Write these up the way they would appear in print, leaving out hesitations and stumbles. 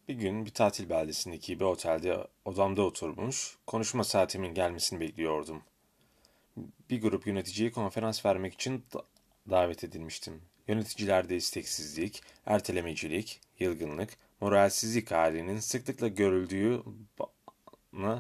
Bir gün bir tatil beldesindeki bir otelde odamda oturmuş, konuşma saatimin gelmesini bekliyordum. Bir grup yöneticiye konferans vermek için davet edilmiştim. Yöneticilerde isteksizlik, ertelemecilik, yılgınlık, moralsizlik halinin sıklıkla görüldüğü bana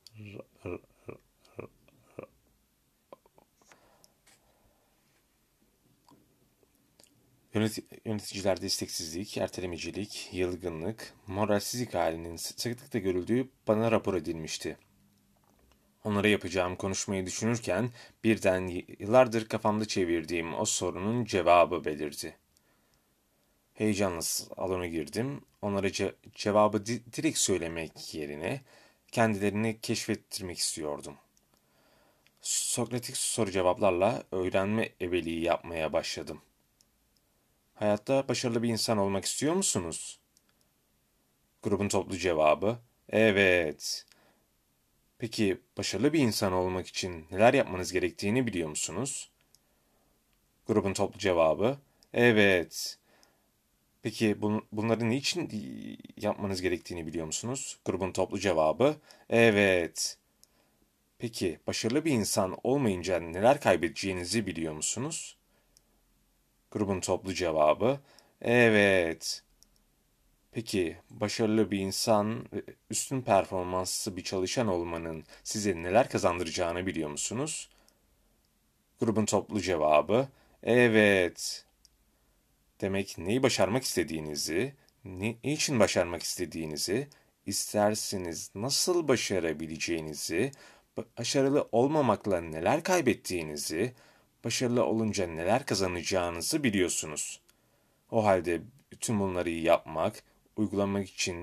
Yöneticilerde isteksizlik, ertelemecilik, yılgınlık, moralsizlik halinin sıklıkla görüldüğü bana rapor edilmişti. Onlara yapacağım konuşmayı düşünürken birden yıllardır kafamda çevirdiğim o sorunun cevabı belirdi. Heyecanla salona girdim. Onlara cevabı direkt söylemek yerine kendilerini keşfettirmek istiyordum. Sokratik soru cevaplarla öğrenme ebeliği yapmaya başladım. Hayatta başarılı bir insan olmak istiyor musunuz? Grubun toplu cevabı, evet. Peki başarılı bir insan olmak için neler yapmanız gerektiğini biliyor musunuz? Grubun toplu cevabı, evet. Peki bunları niçin yapmanız gerektiğini biliyor musunuz? Grubun toplu cevabı, evet. Peki başarılı bir insan olmayınca neler kaybedeceğinizi biliyor musunuz? Grubun toplu cevabı, evet. Peki başarılı bir insan ve üstün performanslı bir çalışan olmanın size neler kazandıracağını biliyor musunuz? Grubun toplu cevabı, evet. Demek neyi başarmak istediğinizi, ne için başarmak istediğinizi, isterseniz nasıl başarabileceğinizi, başarılı olmamakla neler kaybettiğinizi, başarılı olunca neler kazanacağınızı biliyorsunuz. O halde bütün bunları yapmak, uygulamak için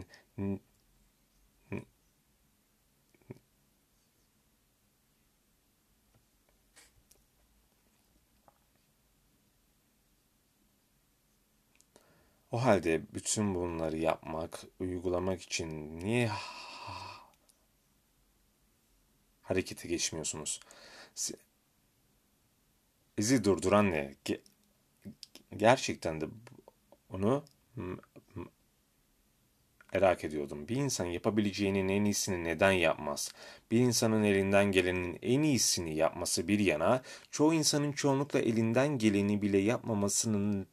o halde bütün bunları yapmak, uygulamak için niye harekete geçmiyorsunuz? Sizi durduran ne? Gerçekten de onu merak ediyordum. Bir insan yapabileceğinin en iyisini neden yapmaz? Bir insanın elinden gelenin en iyisini yapması bir yana, çoğu insanın çoğunlukla elinden geleni bile yapmamasının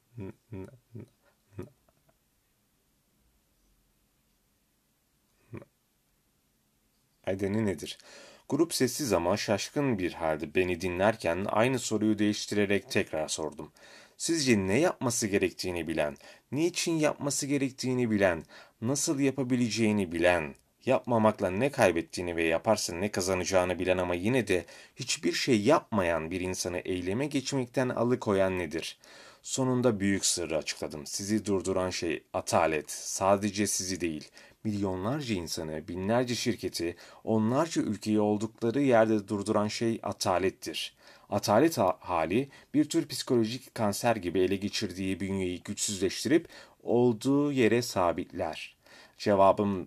nedeni nedir? Grup sessiz ama şaşkın bir halde beni dinlerken aynı soruyu değiştirerek tekrar sordum. Sizce ne yapması gerektiğini bilen, niçin yapması gerektiğini bilen, nasıl yapabileceğini bilen, yapmamakla ne kaybettiğini ve yaparsa ne kazanacağını bilen ama yine de hiçbir şey yapmayan bir insanı eyleme geçmekten alıkoyan nedir? Sonunda büyük sırrı açıkladım. Sizi durduran şey atalet, sadece sizi değil, milyonlarca insanı, binlerce şirketi, onlarca ülkeyi oldukları yerde durduran şey atalettir. Atalet hali bir tür psikolojik kanser gibi ele geçirdiği bünyeyi güçsüzleştirip olduğu yere sabitler. Cevabım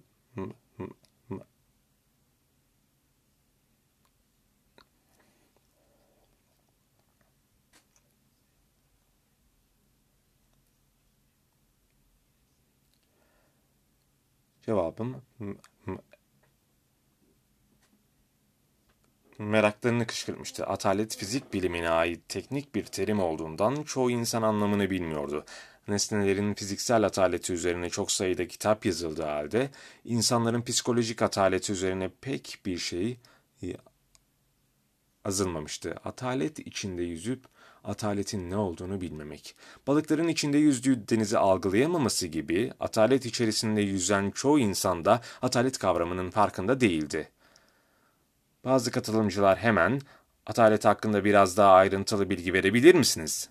cevabım meraklarını kışkırtmıştı. Atalet fizik bilimine ait teknik bir terim olduğundan çoğu insan anlamını bilmiyordu. Nesnelerin fiziksel ataleti üzerine çok sayıda kitap yazıldığı halde insanların psikolojik ataleti üzerine pek bir şey azılmamıştı. Atalet içinde yüzüp ataletin ne olduğunu bilmemek. Balıkların içinde yüzdüğü denizi algılayamaması gibi atalet içerisinde yüzen çoğu insan da atalet kavramının farkında değildi. Bazı katılımcılar hemen atalet hakkında biraz daha ayrıntılı bilgi verebilir misiniz?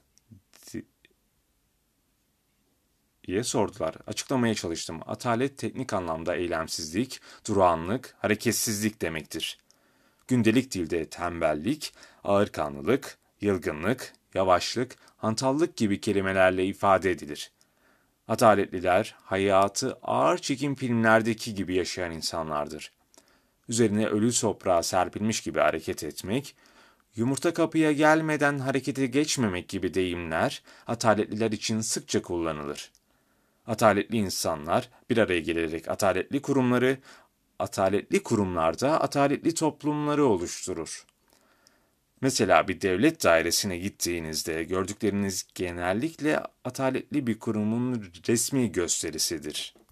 diye sordular. Açıklamaya çalıştım. Atalet teknik anlamda eylemsizlik, durağanlık, hareketsizlik demektir. Gündelik dilde tembellik, ağırkanlılık, yılgınlık, yavaşlık, hantallık gibi kelimelerle ifade edilir. Ataletliler hayatı ağır çekim filmlerdeki gibi yaşayan insanlardır. Üzerine ölü toprağa serpilmiş gibi hareket etmek, yumurta kapıya gelmeden harekete geçmemek gibi deyimler ataletliler için sıkça kullanılır. Ataletli insanlar bir araya gelerek ataletli kurumlarda ataletli toplumları oluşturur. Mesela bir devlet dairesine gittiğinizde gördükleriniz genellikle ataletli bir kurumun resmi gösterisidir.